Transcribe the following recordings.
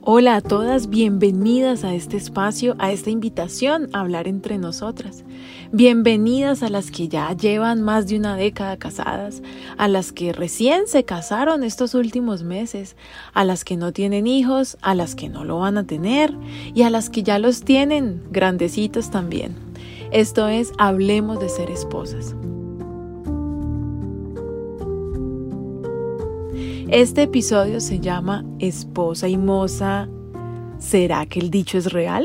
Hola a todas, bienvenidas a este espacio, a esta invitación a hablar entre nosotras. Bienvenidas a las que ya llevan más de una década casadas, a las que recién se casaron estos últimos meses, a las que no tienen hijos, a las que no lo van a tener y a las que ya los tienen, grandecitos también. Esto es Hablemos de Ser Esposas. Este episodio se llama Esposa y Moza. ¿Será que el dicho es real?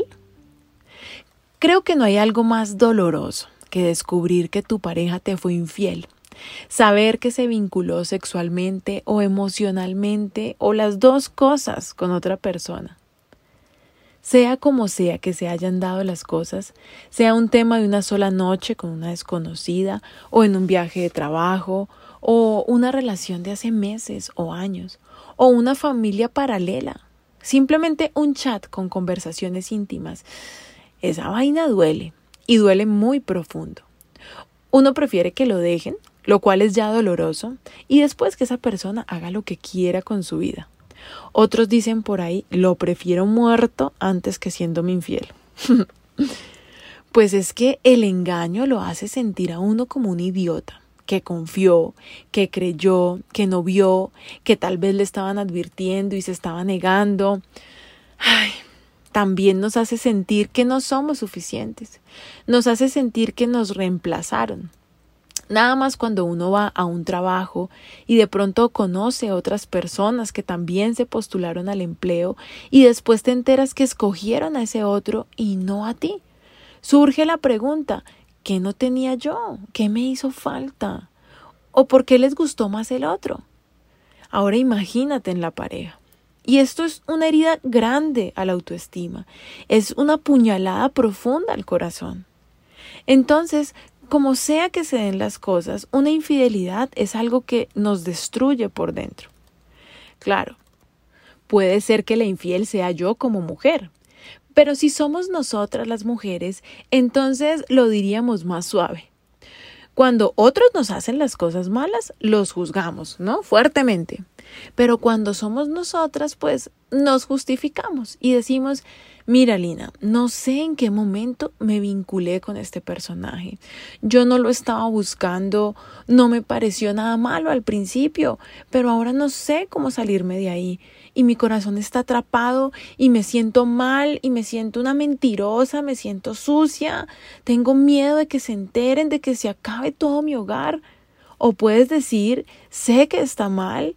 Creo que no hay algo más doloroso que descubrir que tu pareja te fue infiel. Saber que se vinculó sexualmente o emocionalmente o las dos cosas con otra persona. Sea como sea que se hayan dado las cosas, sea un tema de una sola noche con una desconocida o en un viaje de trabajo o una relación de hace meses o años o una familia paralela, simplemente un chat con conversaciones íntimas. Esa vaina duele y duele muy profundo. Uno prefiere que lo dejen, lo cual es ya doloroso, y después que esa persona haga lo que quiera con su vida. Otros dicen por ahí, lo prefiero muerto antes que siéndome infiel. Pues es que el engaño lo hace sentir a uno como un idiota, que confió, que creyó, que no vio, que tal vez le estaban advirtiendo y se estaba negando. También nos hace sentir que no somos suficientes. Nos hace sentir que nos reemplazaron. Nada más cuando uno va a un trabajo y de pronto conoce a otras personas que también se postularon al empleo y después te enteras que escogieron a ese otro y no a ti. Surge la pregunta, ¿qué no tenía yo? ¿Qué me hizo falta? ¿O por qué les gustó más el otro? Ahora imagínate en la pareja. Y esto es una herida grande a la autoestima. Es una puñalada profunda al corazón. Entonces, como sea que se den las cosas, una infidelidad es algo que nos destruye por dentro. Claro, puede ser que la infiel sea yo como mujer, pero si somos nosotras las mujeres, entonces lo diríamos más suave. Cuando otros nos hacen las cosas malas, los juzgamos, ¿no? Fuertemente. Pero cuando somos nosotras, pues nos justificamos y decimos, mira Lina, no sé en qué momento me vinculé con este personaje. Yo no lo estaba buscando, no me pareció nada malo al principio, pero ahora no sé cómo salirme de ahí. Y mi corazón está atrapado y me siento mal y me siento una mentirosa, me siento sucia. Tengo miedo de que se enteren, de que se acabe todo mi hogar. O puedes decir, sé que está mal,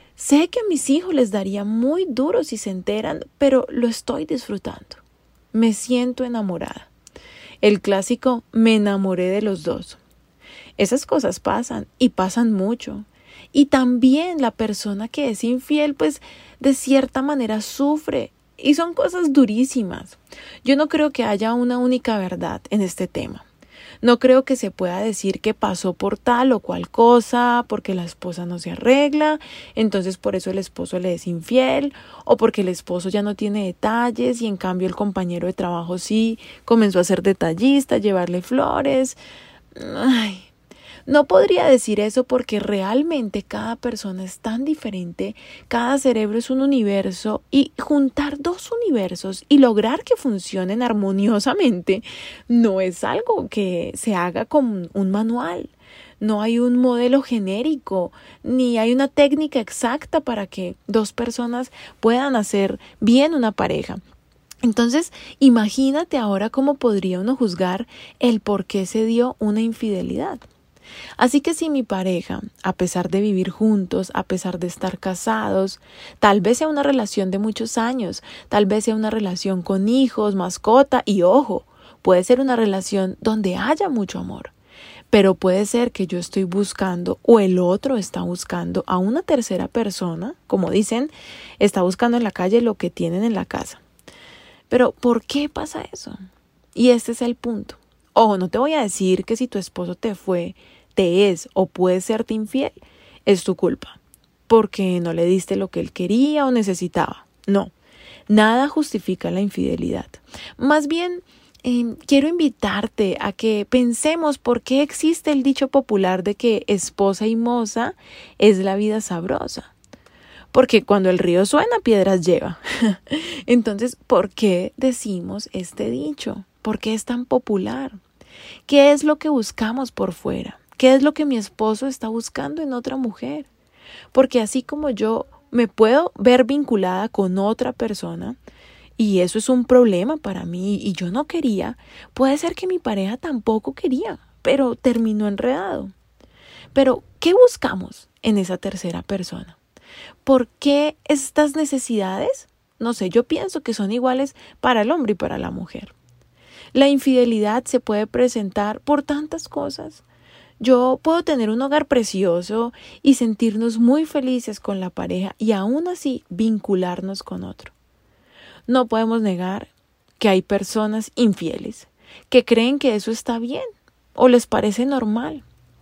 sé que a mis hijos les daría muy duro si se enteran, pero lo estoy disfrutando. Me siento enamorada. El clásico, me enamoré de los dos. Esas cosas pasan y pasan mucho. Y también la persona que es infiel, pues de cierta manera sufre. Y son cosas durísimas. Yo no creo que haya una única verdad en este tema. No creo que se pueda decir que pasó por tal o cual cosa, porque la esposa no se arregla, entonces por eso el esposo le es infiel, o porque el esposo ya no tiene detalles y en cambio el compañero de trabajo sí comenzó a ser detallista, a llevarle flores. No podría decir eso porque realmente cada persona es tan diferente, cada cerebro es un universo y juntar dos universos y lograr que funcionen armoniosamente no es algo que se haga con un manual. No hay un modelo genérico, ni hay una técnica exacta para que dos personas puedan hacer bien una pareja. Entonces, imagínate ahora cómo podría uno juzgar el por qué se dio una infidelidad. Así que si mi pareja, a pesar de vivir juntos, a pesar de estar casados, tal vez sea una relación de muchos años, tal vez sea una relación con hijos, mascota y ojo, puede ser una relación donde haya mucho amor, pero puede ser que yo estoy buscando o el otro está buscando a una tercera persona, como dicen, está buscando en la calle lo que tienen en la casa. Pero ¿por qué pasa eso? Y este es el punto. Ojo, no te voy a decir que si tu esposo te es o puede serte infiel, es tu culpa, porque no le diste lo que él quería o necesitaba. No, nada justifica la infidelidad. Más bien, quiero invitarte a que pensemos por qué existe el dicho popular de que esposa y moza es la vida sabrosa. porque cuando el río suena, piedras lleva. Entonces, ¿por qué decimos este dicho? ¿Por qué es tan popular? ¿Qué es lo que buscamos por fuera? ¿Qué es lo que mi esposo está buscando en otra mujer? Porque así como yo me puedo ver vinculada con otra persona, y eso es un problema para mí, y yo no quería, puede ser que mi pareja tampoco quería, pero terminó enredado. Pero, ¿qué buscamos en esa tercera persona? ¿Por qué estas necesidades? No sé, yo pienso que son iguales para el hombre y para la mujer. La infidelidad se puede presentar por tantas cosas. Yo puedo tener un hogar precioso y sentirnos muy felices con la pareja y aún así vincularnos con otro. No podemos negar que hay personas infieles que creen que eso está bien o les parece normal.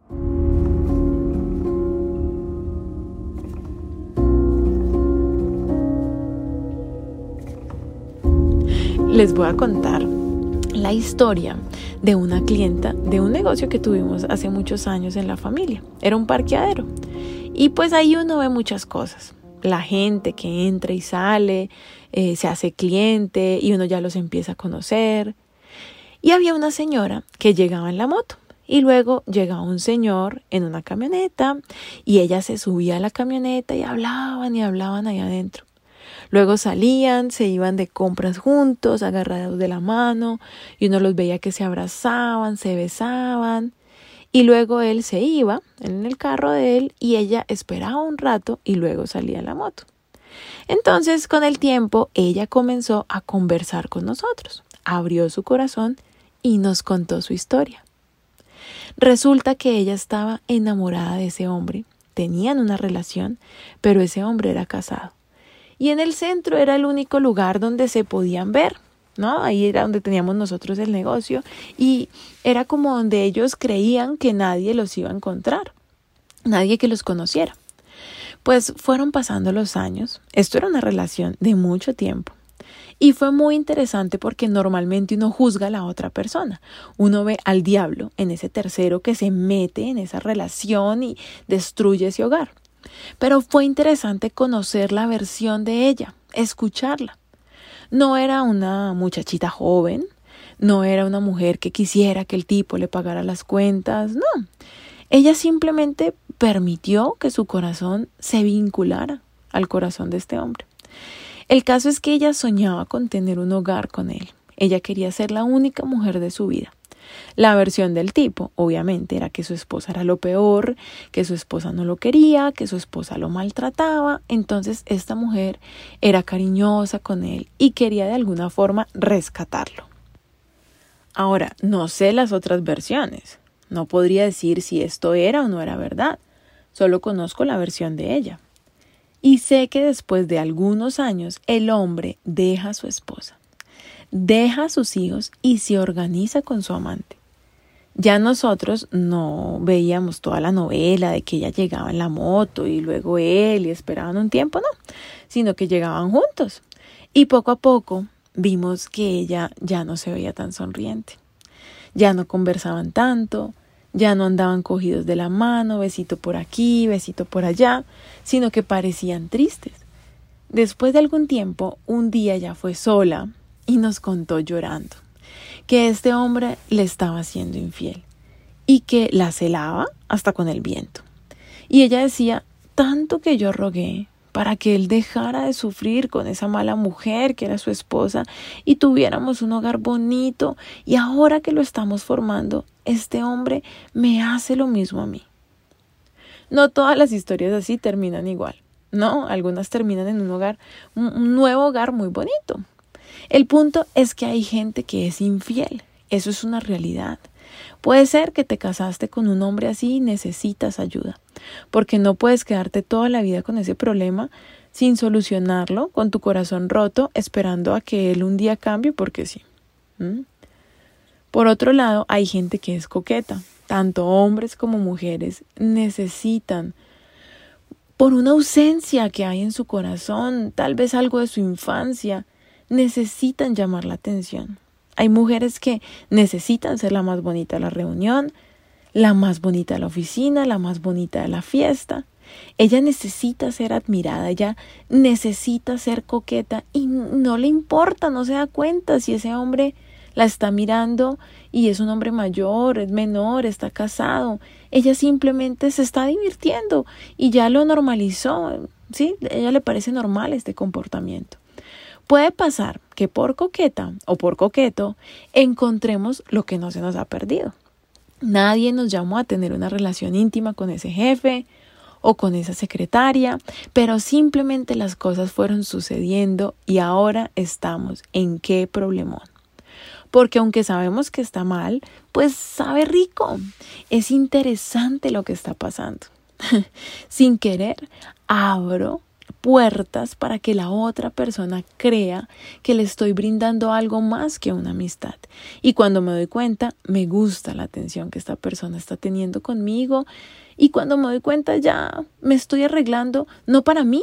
Les voy a contar la historia de una clienta de un negocio que tuvimos hace muchos años en la familia. Era un parqueadero. Y pues ahí uno ve muchas cosas. La gente que entra y sale, se hace cliente y uno ya los empieza a conocer. Y había una señora que llegaba en la moto. Y luego llegaba un señor en una camioneta y ella se subía a la camioneta y hablaban ahí adentro. Luego salían, se iban de compras juntos, agarrados de la mano, y uno los veía que se abrazaban, se besaban, y luego él se iba en el carro de él y ella esperaba un rato y luego salía en la moto. Entonces, con el tiempo, ella comenzó a conversar con nosotros, abrió su corazón y nos contó su historia. Resulta que ella estaba enamorada de ese hombre, tenían una relación, pero ese hombre era casado. Y en el centro era el único lugar donde se podían ver, ¿no? Ahí era donde teníamos nosotros el negocio y era como donde ellos creían que nadie los iba a encontrar, nadie que los conociera. Pues fueron pasando los años, esto era una relación de mucho tiempo y fue muy interesante porque normalmente uno juzga a la otra persona, uno ve al diablo en ese tercero que se mete en esa relación y destruye ese hogar. Pero fue interesante conocer la versión de ella, escucharla. No era una muchachita joven, no era una mujer que quisiera que el tipo le pagara las cuentas, no. Ella simplemente permitió que su corazón se vinculara al corazón de este hombre. El caso es que ella soñaba con tener un hogar con él. Ella quería ser la única mujer de su vida. La versión del tipo, obviamente, era que su esposa era lo peor, que su esposa no lo quería, que su esposa lo maltrataba. Entonces, esta mujer era cariñosa con él y quería de alguna forma rescatarlo. Ahora, no sé las otras versiones. No podría decir si esto era o no era verdad. Solo conozco la versión de ella. Y sé que después de algunos años, el hombre deja a su esposa, deja a sus hijos y se organiza con su amante. Ya nosotros no veíamos toda la novela de que ella llegaba en la moto y luego él y esperaban un tiempo, no, sino que llegaban juntos. Y poco a poco vimos que ella ya no se veía tan sonriente, ya no conversaban tanto, ya no andaban cogidos de la mano, besito por aquí, besito por allá, sino que parecían tristes. Después de algún tiempo, un día ella fue sola y nos contó llorando que este hombre le estaba siendo infiel y que la celaba hasta con el viento. Y ella decía, tanto que yo rogué para que él dejara de sufrir con esa mala mujer que era su esposa y tuviéramos un hogar bonito, y ahora que lo estamos formando, este hombre me hace lo mismo a mí. No todas las historias así terminan igual, no, algunas terminan en un nuevo hogar muy bonito. El punto es que hay gente que es infiel, eso es una realidad. Puede ser que te casaste con un hombre así y necesitas ayuda, porque no puedes quedarte toda la vida con ese problema sin solucionarlo, con tu corazón roto, esperando a que él un día cambie porque sí. Por otro lado, hay gente que es coqueta, tanto hombres como mujeres necesitan, por una ausencia que hay en su corazón, tal vez algo de su infancia, necesitan llamar la atención. Hay mujeres que necesitan ser la más bonita de la reunión, la más bonita de la oficina, la más bonita de la fiesta. Ella necesita ser admirada, ella necesita ser coqueta y no le importa, no se da cuenta si ese hombre la está mirando y es un hombre mayor, es menor, está casado. Ella simplemente se está divirtiendo y ya lo normalizó, ¿sí? A ella le parece normal este comportamiento. Puede pasar que por coqueta o por coqueto encontremos lo que no se nos ha perdido. Nadie nos llamó a tener una relación íntima con ese jefe o con esa secretaria, pero simplemente las cosas fueron sucediendo y ahora estamos en qué problemón. Porque aunque sabemos que está mal, pues sabe rico. Es interesante lo que está pasando. Sin querer, abro puertas para que la otra persona crea que le estoy brindando algo más que una amistad. Y cuando me doy cuenta, me gusta la atención que esta persona está teniendo conmigo. Y cuando me doy cuenta, ya me estoy arreglando, no para mí,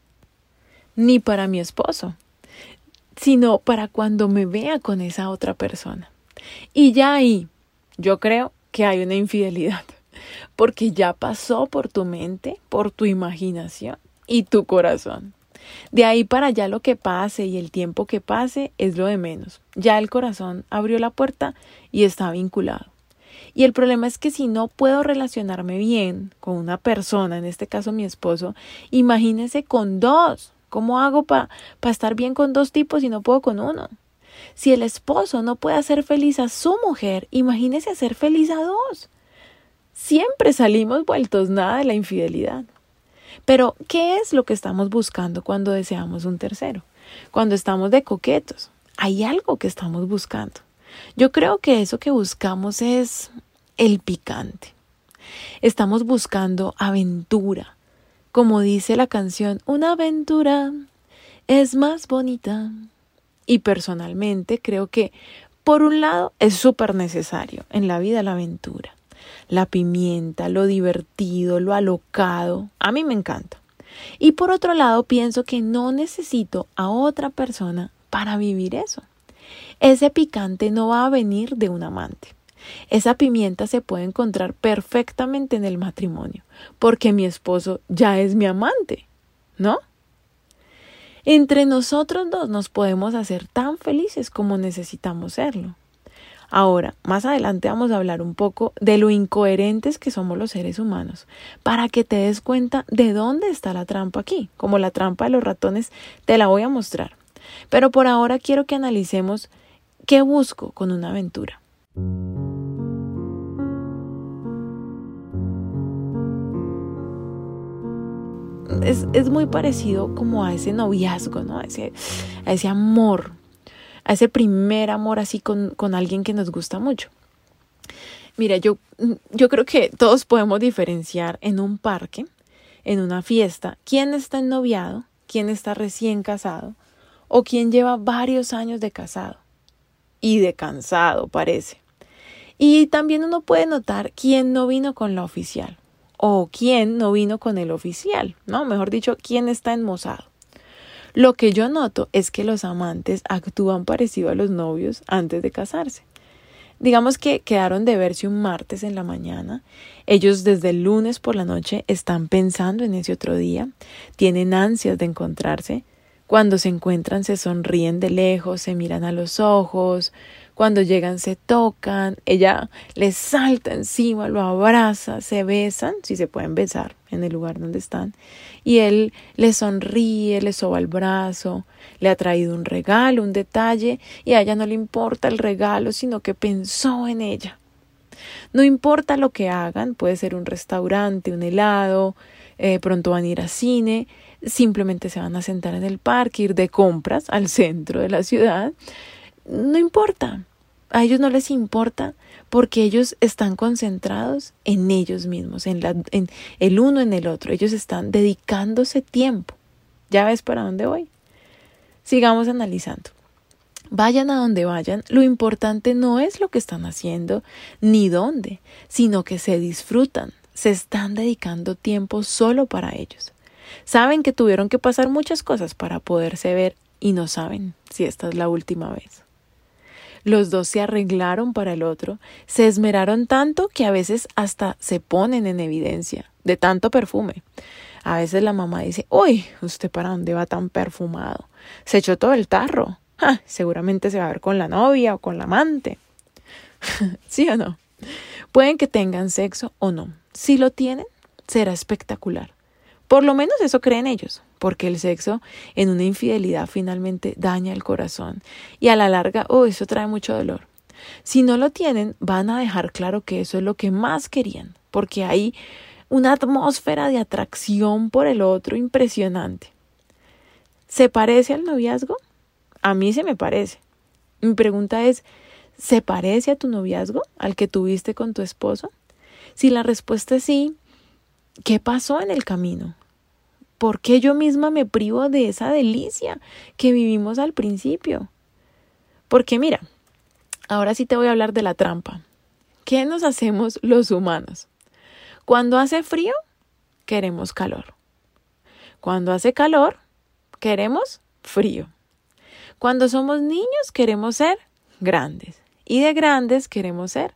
ni para mi esposo, sino para cuando me vea con esa otra persona. Y ya ahí, yo creo que hay una infidelidad, porque ya pasó por tu mente, por tu imaginación y tu corazón. De ahí para allá lo que pase y el tiempo que pase es lo de menos. Ya el corazón abrió la puerta y está vinculado. Y el problema es que si no puedo relacionarme bien con una persona, en este caso mi esposo, imagínese con dos. ¿Cómo hago para estar bien con dos tipos y no puedo con uno? Si el esposo no puede hacer feliz a su mujer, imagínese hacer feliz a dos. Siempre salimos vueltos nada de la infidelidad. Pero, ¿qué es lo que estamos buscando cuando deseamos un tercero? Cuando estamos de coquetos, hay algo que estamos buscando. Yo creo que eso que buscamos es el picante. Estamos buscando aventura. Como dice la canción, una aventura es más bonita. Y personalmente creo que, por un lado, es súper necesario en la vida la aventura. La pimienta, lo divertido, lo alocado, a mí me encanta. Y por otro lado, pienso que no necesito a otra persona para vivir eso. Ese picante no va a venir de un amante. Esa pimienta se puede encontrar perfectamente en el matrimonio, porque mi esposo ya es mi amante, ¿no? Entre nosotros dos nos podemos hacer tan felices como necesitamos serlo. Ahora, más adelante vamos a hablar un poco de lo incoherentes que somos los seres humanos, para que te des cuenta de dónde está la trampa aquí. Como la trampa de los ratones, te la voy a mostrar. Pero por ahora quiero que analicemos qué busco con una aventura. Es muy parecido como a ese noviazgo, ¿no? A ese amor, a ese primer amor así con alguien que nos gusta mucho. Mira, yo creo que todos podemos diferenciar en un parque, en una fiesta, quién está ennoviado, quién está recién casado o quién lleva varios años de casado y de cansado, parece. Y también uno puede notar quién no vino con la oficial o quién no vino con el oficial, ¿no? Mejor dicho, quién está enmozado. Lo que yo noto es que los amantes actúan parecido a los novios antes de casarse. Digamos que quedaron de verse un martes en la mañana. Ellos desde el lunes por la noche están pensando en ese otro día. Tienen ansias de encontrarse. Cuando se encuentran se sonríen de lejos, se miran a los ojos. Cuando llegan se tocan. Ella les salta encima, lo abraza, se besan, si se pueden besar en el lugar donde están. Y él le sonríe, le soba el brazo, le ha traído un regalo, un detalle, y a ella no le importa el regalo, sino que pensó en ella. No importa lo que hagan, puede ser un restaurante, un helado, pronto van a ir a cine, simplemente se van a sentar en el parque, ir de compras al centro de la ciudad. No importa, a ellos no les importa porque ellos están concentrados en ellos mismos, en el uno en el otro. Ellos están dedicándose tiempo. ¿Ya ves para dónde voy? Sigamos analizando. Vayan a donde vayan, lo importante no es lo que están haciendo ni dónde, sino que se disfrutan, se están dedicando tiempo solo para ellos. Saben que tuvieron que pasar muchas cosas para poderse ver y no saben si esta es la última vez. Los dos se arreglaron para el otro, se esmeraron tanto que a veces hasta se ponen en evidencia, de tanto perfume. A veces la mamá dice, uy, ¿usted para dónde va tan perfumado? Se echó todo el tarro. Seguramente se va a ver con la novia o con la amante. ¿Sí o no? Pueden que tengan sexo o no. Si lo tienen, será espectacular. Por lo menos eso creen ellos, porque el sexo en una infidelidad finalmente daña el corazón y a la larga, eso trae mucho dolor. Si no lo tienen, van a dejar claro que eso es lo que más querían, porque hay una atmósfera de atracción por el otro impresionante. ¿Se parece al noviazgo? A mí se me parece. Mi pregunta es, ¿se parece a tu noviazgo, al que tuviste con tu esposo? Si la respuesta es sí, ¿qué pasó en el camino? ¿Por qué yo misma me privo de esa delicia que vivimos al principio? Porque mira, ahora sí te voy a hablar de la trampa. ¿Qué nos hacemos los humanos? Cuando hace frío, queremos calor. Cuando hace calor, queremos frío. Cuando somos niños, queremos ser grandes. Y de grandes queremos ser.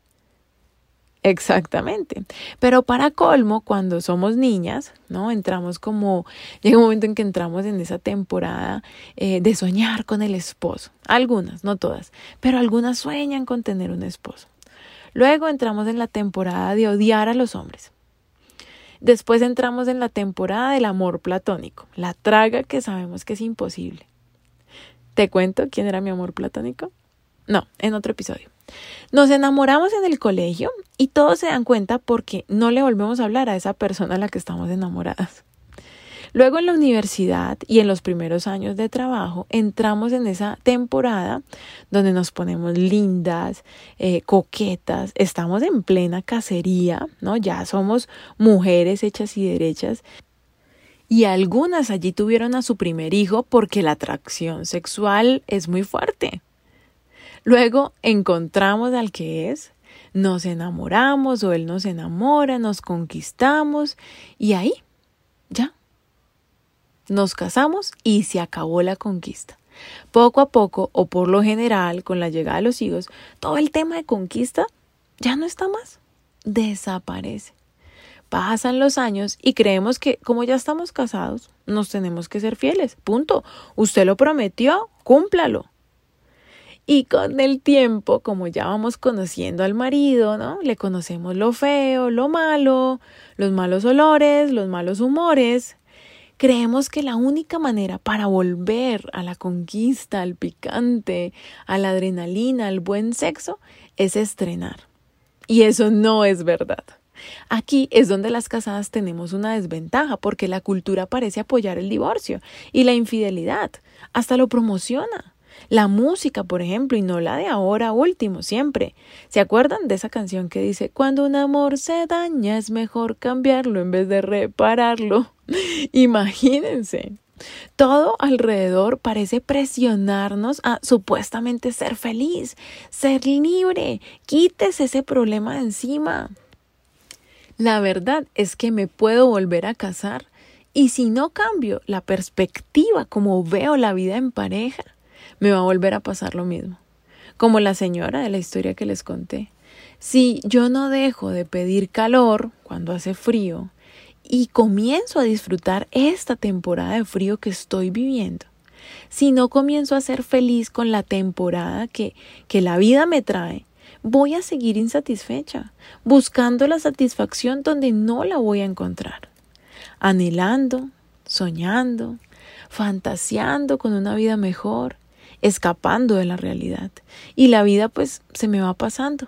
Exactamente. Pero para colmo, cuando somos niñas, ¿no? Llega un momento en que entramos en esa temporada de soñar con el esposo. Algunas, no todas, pero algunas sueñan con tener un esposo. Luego entramos en la temporada de odiar a los hombres. Después entramos en la temporada del amor platónico, la traga que sabemos que es imposible. ¿Te cuento quién era mi amor platónico? No, en otro episodio. Nos enamoramos en el colegio y todos se dan cuenta porque no le volvemos a hablar a esa persona a la que estamos enamoradas. Luego en la universidad y en los primeros años de trabajo entramos en esa temporada donde nos ponemos lindas, coquetas, estamos en plena cacería, ¿no? Ya somos mujeres hechas y derechas. Y algunas allí tuvieron a su primer hijo porque la atracción sexual es muy fuerte. Luego encontramos al que es, nos enamoramos o él nos enamora, nos conquistamos y ahí, ya, nos casamos y se acabó la conquista. Poco a poco o por lo general con la llegada de los hijos, todo el tema de conquista ya no está más, desaparece. Pasan los años y creemos que como ya estamos casados, nos tenemos que ser fieles, punto. Usted lo prometió, cúmplalo. Y con el tiempo, como ya vamos conociendo al marido, ¿no? Le conocemos lo feo, lo malo, los malos olores, los malos humores. Creemos que la única manera para volver a la conquista, al picante, a la adrenalina, al buen sexo, es estrenar. Y eso no es verdad. Aquí es donde las casadas tenemos una desventaja porque la cultura parece apoyar el divorcio y la infidelidad, hasta lo promociona. La música, por ejemplo, y no la de ahora último, siempre. ¿Se acuerdan de esa canción que dice, cuando un amor se daña es mejor cambiarlo en vez de repararlo? Imagínense. Todo alrededor parece presionarnos a supuestamente ser feliz, ser libre, quítese ese problema de encima. La verdad es que me puedo volver a casar y si no cambio la perspectiva como veo la vida en pareja, me va a volver a pasar lo mismo. Como la señora de la historia que les conté. Si yo no dejo de pedir calor cuando hace frío y comienzo a disfrutar esta temporada de frío que estoy viviendo, si no comienzo a ser feliz con la temporada que la vida me trae, voy a seguir insatisfecha, buscando la satisfacción donde no la voy a encontrar, anhelando, soñando, fantaseando con una vida mejor, escapando de la realidad. Y la vida pues se me va pasando.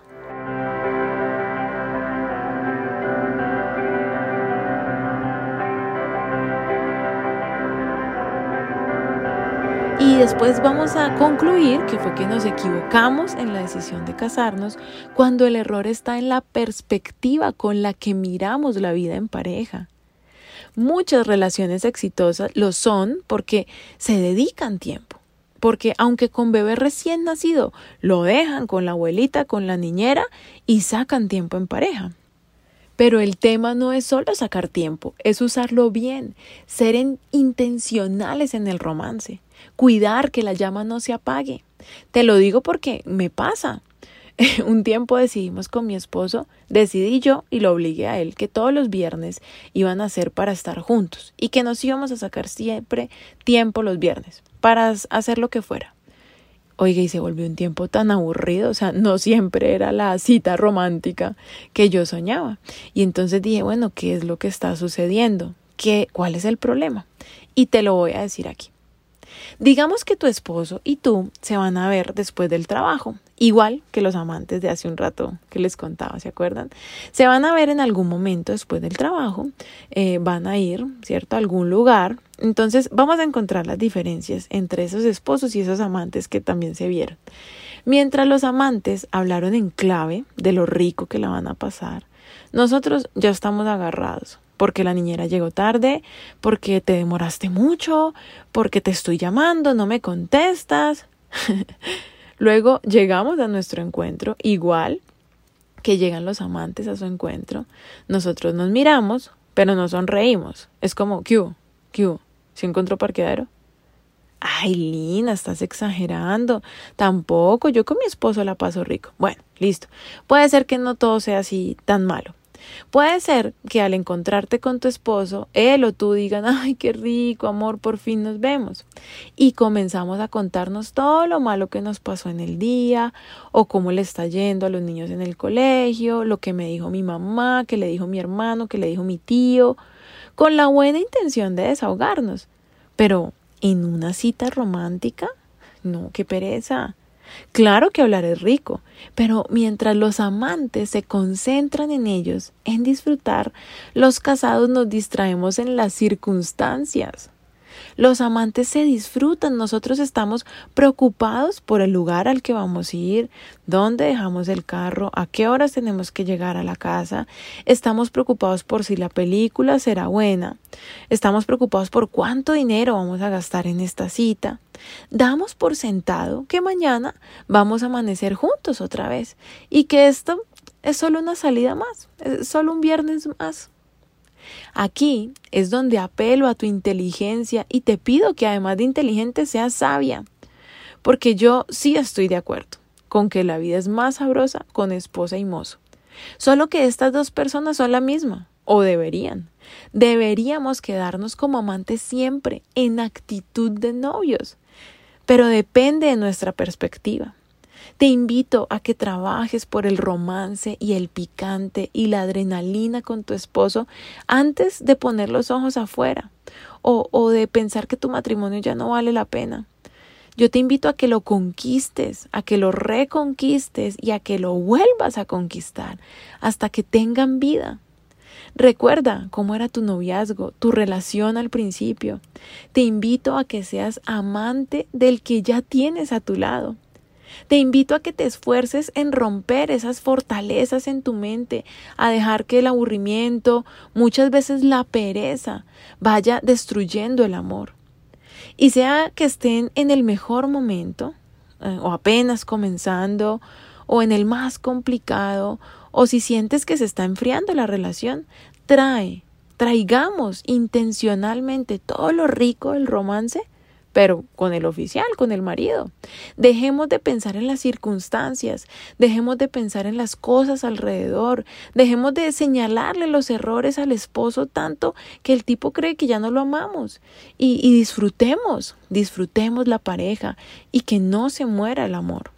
Y después vamos a concluir que fue que nos equivocamos en la decisión de casarnos cuando el error está en la perspectiva con la que miramos la vida en pareja. Muchas relaciones exitosas lo son porque se dedican tiempo. Porque aunque con bebé recién nacido, lo dejan con la abuelita, con la niñera y sacan tiempo en pareja. Pero el tema no es solo sacar tiempo, es usarlo bien, ser intencionales en el romance, cuidar que la llama no se apague. Te lo digo porque me pasa. Un tiempo decidimos con mi esposo, decidí yo y lo obligué a él, que todos los viernes iban a ser para estar juntos y que nos íbamos a sacar siempre tiempo los viernes para hacer lo que fuera. Oiga, y se volvió un tiempo tan aburrido, o sea, no siempre era la cita romántica que yo soñaba. Y entonces dije, bueno, ¿qué es lo que está sucediendo? ¿Cuál es el problema? Y te lo voy a decir aquí. Digamos que tu esposo y tú se van a ver después del trabajo, igual que los amantes de hace un rato que les contaba, ¿se acuerdan? Se van a ver en algún momento después del trabajo, van a ir, ¿cierto?, a algún lugar. Entonces vamos a encontrar las diferencias entre esos esposos y esos amantes que también se vieron. Mientras los amantes hablaron en clave de lo rico que la van a pasar, nosotros ya estamos agarrados. Porque la niñera llegó tarde, porque te demoraste mucho, porque te estoy llamando, no me contestas. Luego llegamos a nuestro encuentro, igual que llegan los amantes a su encuentro. Nosotros nos miramos, pero no sonreímos. Es como, ¿qué hubo? ¿Qué hubo? ¿Sí encontró parqueadero? Ay, Lina, estás exagerando. Tampoco, yo con mi esposo la paso rico. Bueno, listo. Puede ser que no todo sea así tan malo. Puede ser que al encontrarte con tu esposo, él o tú digan, ay, qué rico, amor, por fin nos vemos. Y comenzamos a contarnos todo lo malo que nos pasó en el día, o cómo le está yendo a los niños en el colegio, lo que me dijo mi mamá, que le dijo mi hermano, que le dijo mi tío, con la buena intención de desahogarnos. Pero, ¿en una cita romántica? No, qué pereza. Claro que hablar es rico, pero mientras los amantes se concentran en ellos, en disfrutar, los casados nos distraemos en las circunstancias. Los amantes se disfrutan, nosotros estamos preocupados por el lugar al que vamos a ir, dónde dejamos el carro, a qué horas tenemos que llegar a la casa, estamos preocupados por si la película será buena, estamos preocupados por cuánto dinero vamos a gastar en esta cita. Damos por sentado que mañana vamos a amanecer juntos otra vez y que esto es solo una salida más, es solo un viernes más. Aquí es donde apelo a tu inteligencia y te pido que además de inteligente seas sabia, porque yo sí estoy de acuerdo con que la vida es más sabrosa con esposa y mozo. Solo que estas dos personas son la misma, o deberían. Deberíamos quedarnos como amantes siempre, en actitud de novios, pero depende de nuestra perspectiva. Te invito a que trabajes por el romance y el picante y la adrenalina con tu esposo antes de poner los ojos afuera o de pensar que tu matrimonio ya no vale la pena. Yo te invito a que lo conquistes, a que lo reconquistes y a que lo vuelvas a conquistar hasta que tengan vida. Recuerda cómo era tu noviazgo, tu relación al principio. Te invito a que seas amante del que ya tienes a tu lado. Te invito a que te esfuerces en romper esas fortalezas en tu mente, a dejar que el aburrimiento, muchas veces la pereza, vaya destruyendo el amor. Y sea que estén en el mejor momento, o apenas comenzando, o en el más complicado, o si sientes que se está enfriando la relación, traigamos intencionalmente todo lo rico del romance, pero con el oficial, con el marido. Dejemos de pensar en las circunstancias, dejemos de pensar en las cosas alrededor, dejemos de señalarle los errores al esposo tanto que el tipo cree que ya no lo amamos y disfrutemos la pareja y que no se muera el amor.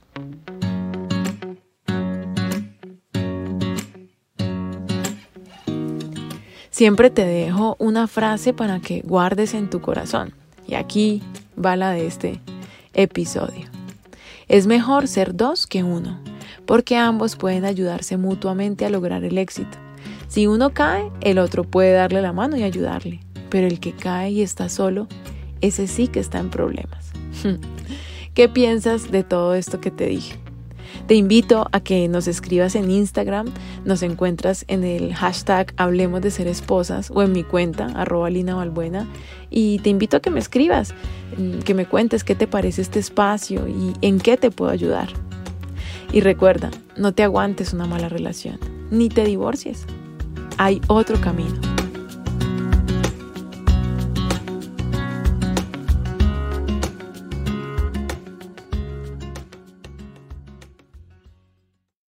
Siempre te dejo una frase para que guardes en tu corazón. Y aquí va la de este episodio. Es mejor ser dos que uno, porque ambos pueden ayudarse mutuamente a lograr el éxito. Si uno cae, el otro puede darle la mano y ayudarle. Pero el que cae y está solo, ese sí que está en problemas. ¿Qué piensas de todo esto que te dije? Te invito a que nos escribas en Instagram, nos encuentras en el hashtag Hablemos de Ser Esposas o en mi cuenta, @LinaBalbuena, y te invito a que me escribas, que me cuentes qué te parece este espacio y en qué te puedo ayudar. Y recuerda, no te aguantes una mala relación, ni te divorcies. Hay otro camino.